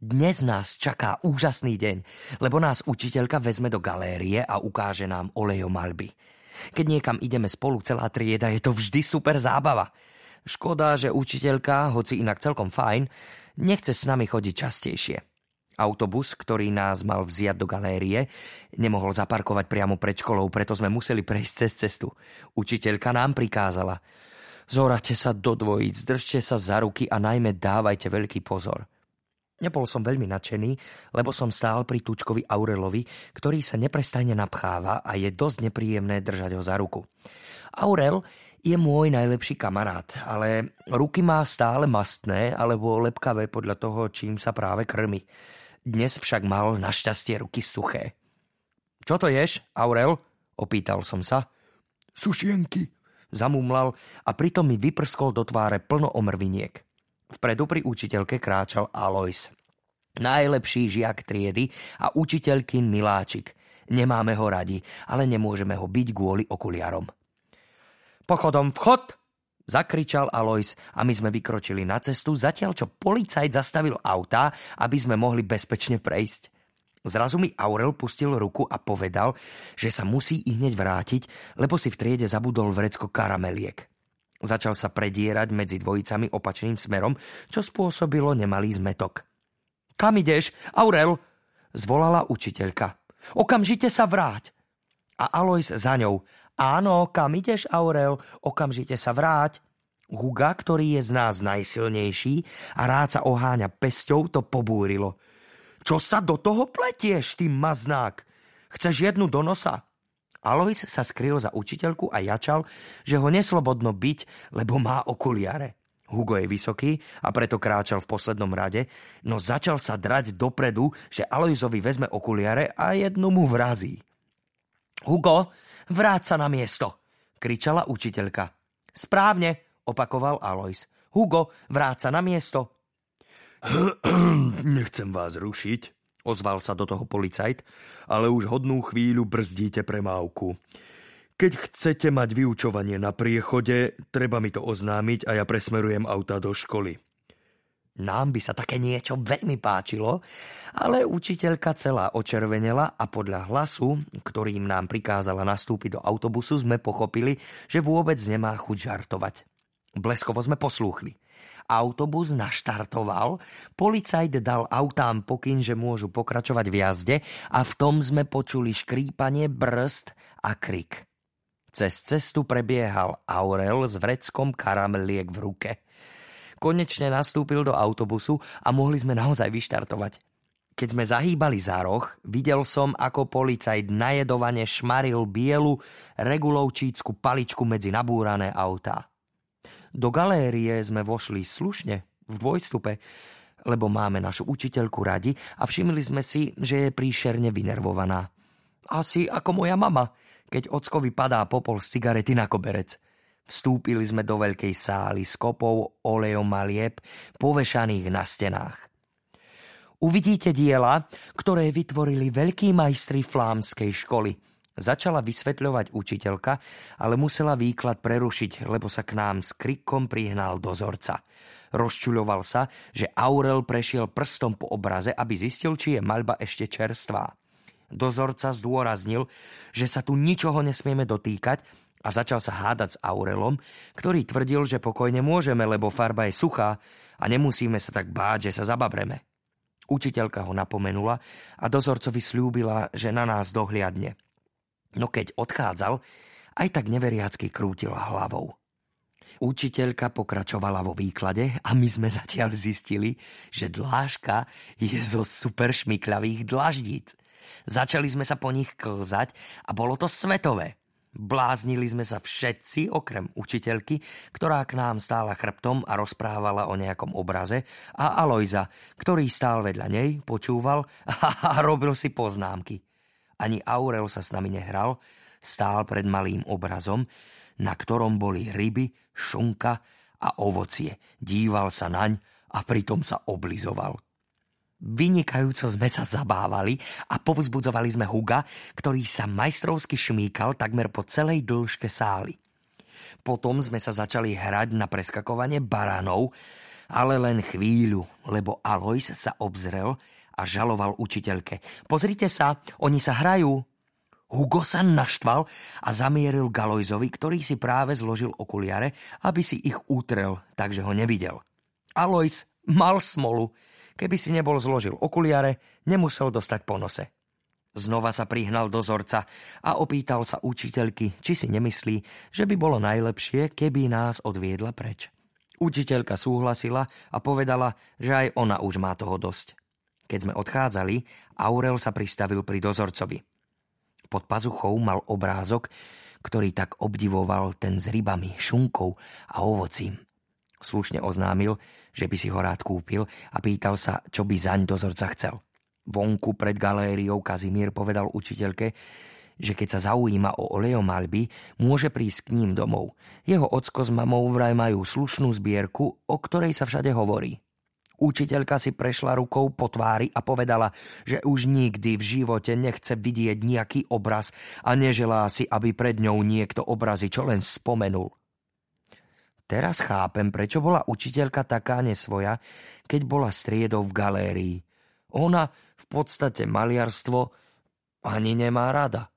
Dnes nás čaká úžasný deň, lebo nás učiteľka vezme do galérie a ukáže nám olejomaľby. Keď niekam ideme spolu celá trieda, je to vždy super zábava. Škoda, že učiteľka, hoci inak celkom fajn, nechce s nami chodiť častejšie. Autobus, ktorý nás mal vziať do galérie, nemohol zaparkovať priamo pred školou, preto sme museli prejsť cez cestu. Učiteľka nám prikázala: zorate sa do dvojíc, držte sa za ruky a najmä dávajte veľký pozor. Nebol som veľmi nadšený, lebo som stál pri Tučkovi Aurelovi, ktorý sa neprestajne napcháva a je dosť nepríjemné držať ho za ruku. Aurel je môj najlepší kamarát, ale ruky má stále mastné alebo lepkavé podľa toho, čím sa práve krmi. Dnes však mal našťastie ruky suché. Čo to ješ, Aurel? Opýtal som sa. Sušienky, zamumlal a pritom mi vyprskol do tváre plno omrviniek. Vpredu pri učiteľke kráčal Alojz. Najlepší žiak triedy a učiteľkin miláčik. Nemáme ho radi, ale nemôžeme ho byť kvôli okuliarom. Pochodom vchod! Zakričal Alojz a my sme vykročili na cestu, zatiaľ čo policajt zastavil autá, aby sme mohli bezpečne prejsť. Zrazu mi Aurel pustil ruku a povedal, že sa musí ihneď vrátiť, lebo si v triede zabudol vrecko karameliek. Začal sa predierať medzi dvojicami opačným smerom, čo spôsobilo nemalý zmetok. Kam ideš, Aurel? Zvolala učiteľka. Okamžite sa vráť! A Alojz za ňou. Áno, kam ideš, Aurel? Okamžite sa vráť. Huga, ktorý je z nás najsilnejší a rád sa oháňa pesťou, to pobúrilo. Čo sa do toho pletieš, ty maznák? Chceš jednu do nosa? Alojz sa skryl za učiteľku a jačal, že ho neslobodno byť, lebo má okuliare. Hugo je vysoký a preto kráčal v poslednom rade, no začal sa drať dopredu, že Alojzovi vezme okuliare a jednu mu vrazí. Hugo, vráť sa na miesto, kričala učiteľka. Správne, opakoval Alojz. Hugo, vráť sa na miesto. Nechcem vás rušiť, ozval sa do toho policajt, ale už hodnú chvíľu brzdíte premávku. Keď chcete mať vyučovanie na priechode, treba mi to oznámiť a ja presmerujem auta do školy. Nám by sa také niečo veľmi páčilo, ale učiteľka celá očervenela a podľa hlasu, ktorým nám prikázala nastúpiť do autobusu, sme pochopili, že vôbec nemá chuť žartovať. Bleskovo sme poslúchli. Autobus naštartoval, policajt dal autám pokyn, že môžu pokračovať v jazde a v tom sme počuli škrípanie brzd a krik. Cez cestu prebiehal Aurel s vreckom karameliek v ruke. Konečne nastúpil do autobusu a mohli sme naozaj vyštartovať. Keď sme zahýbali za roh, videl som, ako policajt najedovane šmaril bielu regulovčícku paličku medzi nabúrané autá. Do galérie sme vošli slušne, v dvojstupe, lebo máme našu učiteľku radi a všimli sme si, že je príšerne vynervovaná. Asi ako moja mama, keď ockovi padá popol z cigarety na koberec. Vstúpili sme do veľkej sály s kopou olejom malieb povešaných na stenách. Uvidíte diela, ktoré vytvorili veľkí majstri flámskej školy. Začala vysvetľovať učiteľka, ale musela výklad prerušiť, lebo sa k nám s krikom prihnal dozorca. Rozčuľoval sa, že Aurel prešiel prstom po obraze, aby zistil, či je maľba ešte čerstvá. Dozorca zdôraznil, že sa tu ničoho nesmieme dotýkať, a začal sa hádať s Aurelom, ktorý tvrdil, že pokojne môžeme, lebo farba je suchá a nemusíme sa tak báť, že sa zababreme. Učiteľka ho napomenula a dozorcovi sľúbila, že na nás dohliadne. No keď odchádzal, aj tak neveriacky krútila hlavou. Učiteľka pokračovala vo výklade a my sme zatiaľ zistili, že dlážka je zo super šmykľavých dlaždíc. Začali sme sa po nich klzať a bolo to svetové. Bláznili sme sa všetci, okrem učiteľky, ktorá k nám stála chrbtom a rozprávala o nejakom obraze, a Alojza, ktorý stál vedľa nej, počúval a robil si poznámky. Ani Aurel sa s nami nehral, stál pred malým obrazom, na ktorom boli ryby, šunka a ovocie. Díval sa naň a pritom sa oblizoval. Vynikajúco sme sa zabávali a povzbudzovali sme Huga, ktorý sa majstrovsky šmýkal takmer po celej dĺžke sály. Potom sme sa začali hrať na preskakovanie baránov Ale len chvíľu, lebo Alojz sa obzrel a žaloval učiteľke. Pozrite sa, oni sa hrajú. Hugo sa naštval a zamieril k Alojzovi, ktorý si práve zložil okuliare, aby si ich utrel, takže ho nevidel. Alojz mal smolu. Keby si nebol zložil okuliare, nemusel dostať po nose. Znova sa prihnal dozorca a opýtal sa učiteľky, či si nemyslí, že by bolo najlepšie, keby nás odviedla preč. Učiteľka súhlasila a povedala, že aj ona už má toho dosť. Keď sme odchádzali, Aurel sa pristavil pri dozorcovi. Pod pazuchou mal obrázok, ktorý tak obdivoval ten s rybami, šunkou a ovocím. Slušne oznámil, že by si ho rád kúpil a pýtal sa, čo by zaň dozorca chcel. Vonku pred galériou Kazimír povedal učiteľke, že keď sa zaujíma o olejomaľby, môže prísť k ním domov. Jeho ocko s mamou vraj majú slušnú zbierku, o ktorej sa všade hovorí. Učiteľka si prešla rukou po tvári a povedala, že už nikdy v živote nechce vidieť nejaký obraz a neželá si, aby pred ňou niekto obrazy čo len spomenul. Teraz chápem, prečo bola učiteľka taká nesvoja, keď bola striedou v galérii. Ona v podstate maliarstvo ani nemá rada.